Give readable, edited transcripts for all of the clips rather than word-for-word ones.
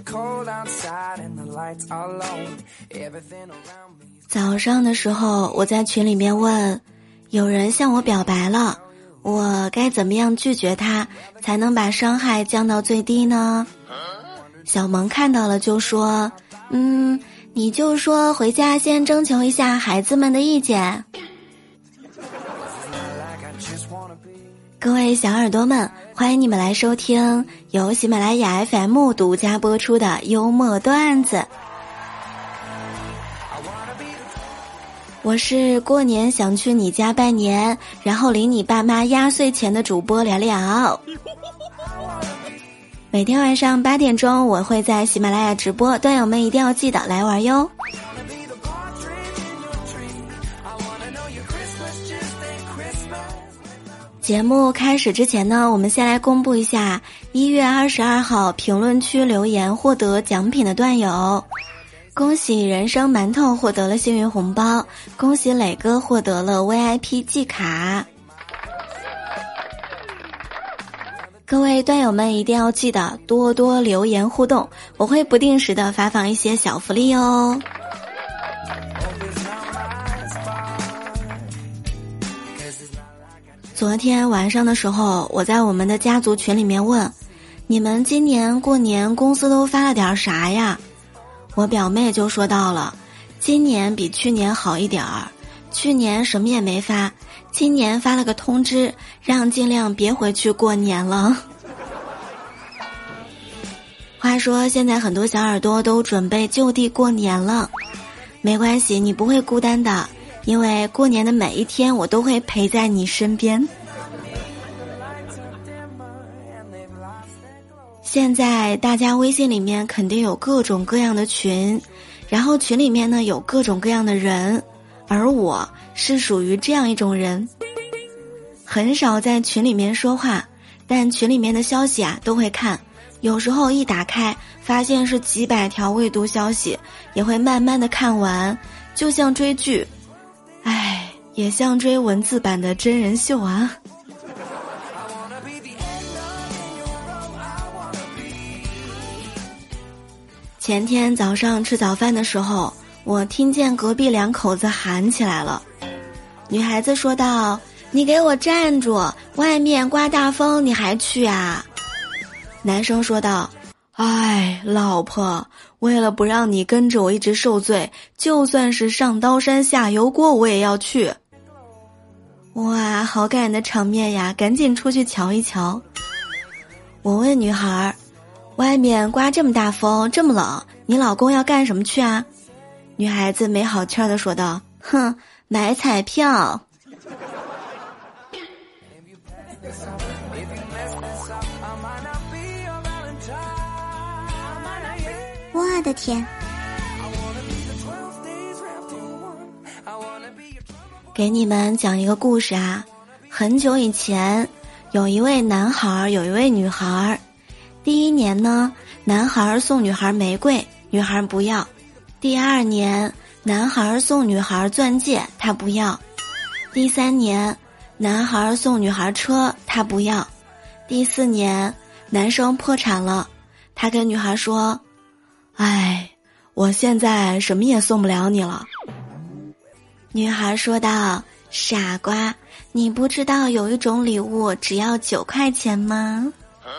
早上的时候，我在群里面问，有人向我表白了，我该怎么样拒绝他，才能把伤害降到最低呢？小萌看到了就说，你就说回家先征求一下孩子们的意见。各位小耳朵们，欢迎你们来收听由喜马拉雅 FM 独家播出的幽默段子。我是过年想去你家拜年，然后领你爸妈压岁钱的主播聊聊。每天晚上8点钟，我会在喜马拉雅直播，段友们一定要记得来玩哟。节目开始之前呢，我们先来公布一下1月22号评论区留言获得奖品的段友。恭喜人生馒头获得了幸运红包，恭喜磊哥获得了 VIP 季卡。各位段友们一定要记得多多留言互动，我会不定时的发放一些小福利哦。昨天晚上的时候，我在我们的家族群里面问，你们今年过年公司都发了点啥呀？我表妹就说到了，今年比去年好一点儿，去年什么也没发，今年发了个通知，让尽量别回去过年了。话说现在很多小耳朵都准备就地过年了，没关系，你不会孤单的，因为过年的每一天我都会陪在你身边。现在大家微信里面肯定有各种各样的群，然后群里面呢有各种各样的人，而我是属于这样一种人，很少在群里面说话，但群里面的消息都会看，有时候一打开发现是几百条未读消息，也会慢慢的看完，就像追剧，也像追文字版的真人秀啊。前天早上吃早饭的时候，我听见隔壁两口子喊起来了。女孩子说道，你给我站住，外面刮大风你还去啊？男生说道，老婆，为了不让你跟着我一直受罪，就算是上刀山下油锅我也要去。哇，好感人的场面呀，赶紧出去瞧一瞧。我问女孩，外面刮这么大风，这么冷，你老公要干什么去啊？女孩子没好气儿地说道，哼，买彩票。 我的天， 给你们讲一个故事啊。很久以前，有一位男孩，有一位女孩。第一年呢，男孩送女孩玫瑰，女孩不要。第二年，男孩送女孩钻戒，她不要。第三年，男孩送女孩车，她不要。第四年，男生破产了，他跟女孩说，我现在什么也送不了你了。女孩说道，傻瓜，你不知道有一种礼物只要9块钱吗？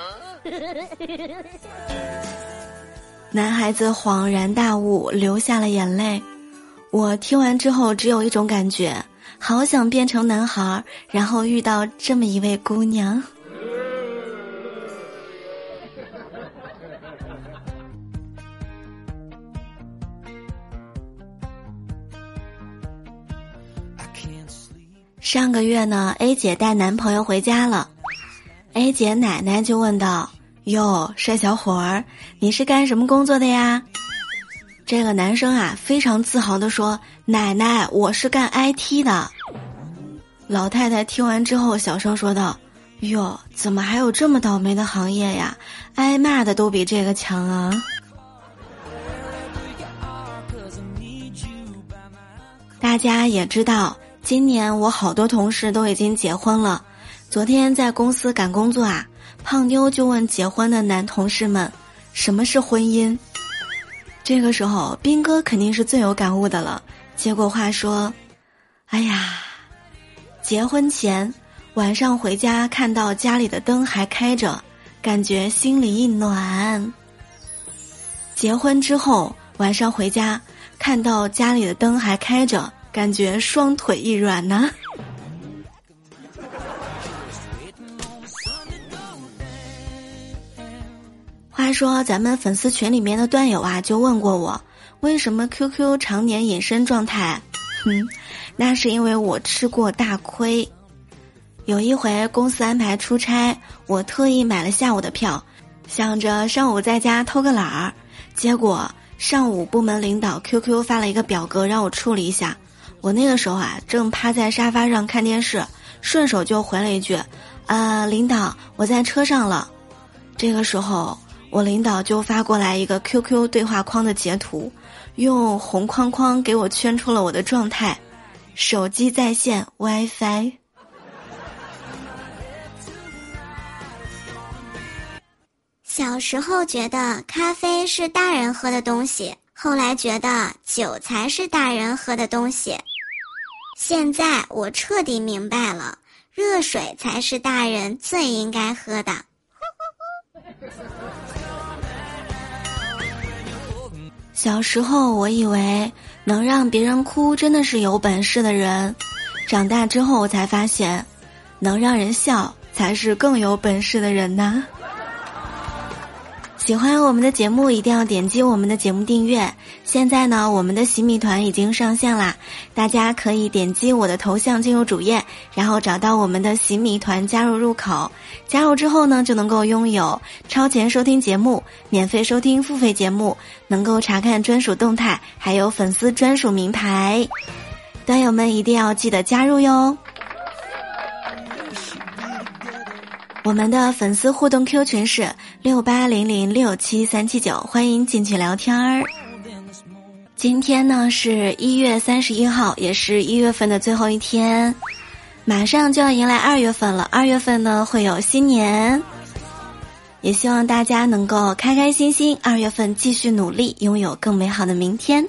男孩子恍然大悟，流下了眼泪。我听完之后只有一种感觉，好想变成男孩，然后遇到这么一位姑娘。上个月呢 ，A 姐带男朋友回家了。A 姐奶奶就问道，哟，帅小伙儿，你是干什么工作的呀？这个男生非常自豪地说，奶奶，我是干 IT 的。老太太听完之后小声说道，哟，怎么还有这么倒霉的行业呀？挨骂的都比这个强啊。大家也知道，今年我好多同事都已经结婚了。昨天在公司赶工作胖妞就问结婚的男同事们， 什么是婚姻？这个时候斌哥肯定是最有感悟的了，接过话说，哎呀，结婚前晚上回家看到家里的灯还开着，感觉心里一暖。结婚之后晚上回家看到家里的灯还开着，感觉双腿一软呢。话说咱们粉丝群里面的段友啊，就问过我，为什么 QQ 常年隐身状态？那是因为我吃过大亏。有一回公司安排出差，我特意买了下午的票，想着上午在家偷个懒儿，结果上午部门领导 QQ 发了一个表格让我处理一下。我那个时候啊，正趴在沙发上看电视，顺手就回了一句，领导，我在车上了。这个时候我领导就发过来一个 QQ 对话框的截图，用红框框给我圈出了我的状态，手机在线 WiFi。 小时候觉得咖啡是大人喝的东西，后来觉得酒才是大人喝的东西。现在我彻底明白了，热水才是大人最应该喝的。 小时候我以为能让别人哭真的是有本事的人，长大之后我才发现，能让人笑才是更有本事的人呐。喜欢我们的节目一定要点击我们的节目订阅。现在呢，我们的洗米团已经上线啦，大家可以点击我的头像进入主页，然后找到我们的洗米团加入入口。加入之后呢，就能够拥有超前收听节目、免费收听付费节目，能够查看专属动态，还有粉丝专属名牌。段友们一定要记得加入哟。我们的粉丝互动 Q 群是6800673779，欢迎进去聊天儿。今天呢是1月31号，也是1月份的最后一天，马上就要迎来2月份了。2月份呢会有新年，也希望大家能够开开心心，2月份继续努力，拥有更美好的明天。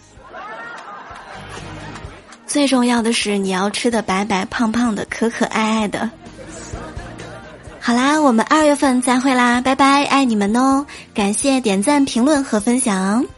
最重要的是你要吃得白白胖胖的，可可爱爱的。好啦，我们2月份再会啦，拜拜，爱你们哦！感谢点赞、评论和分享。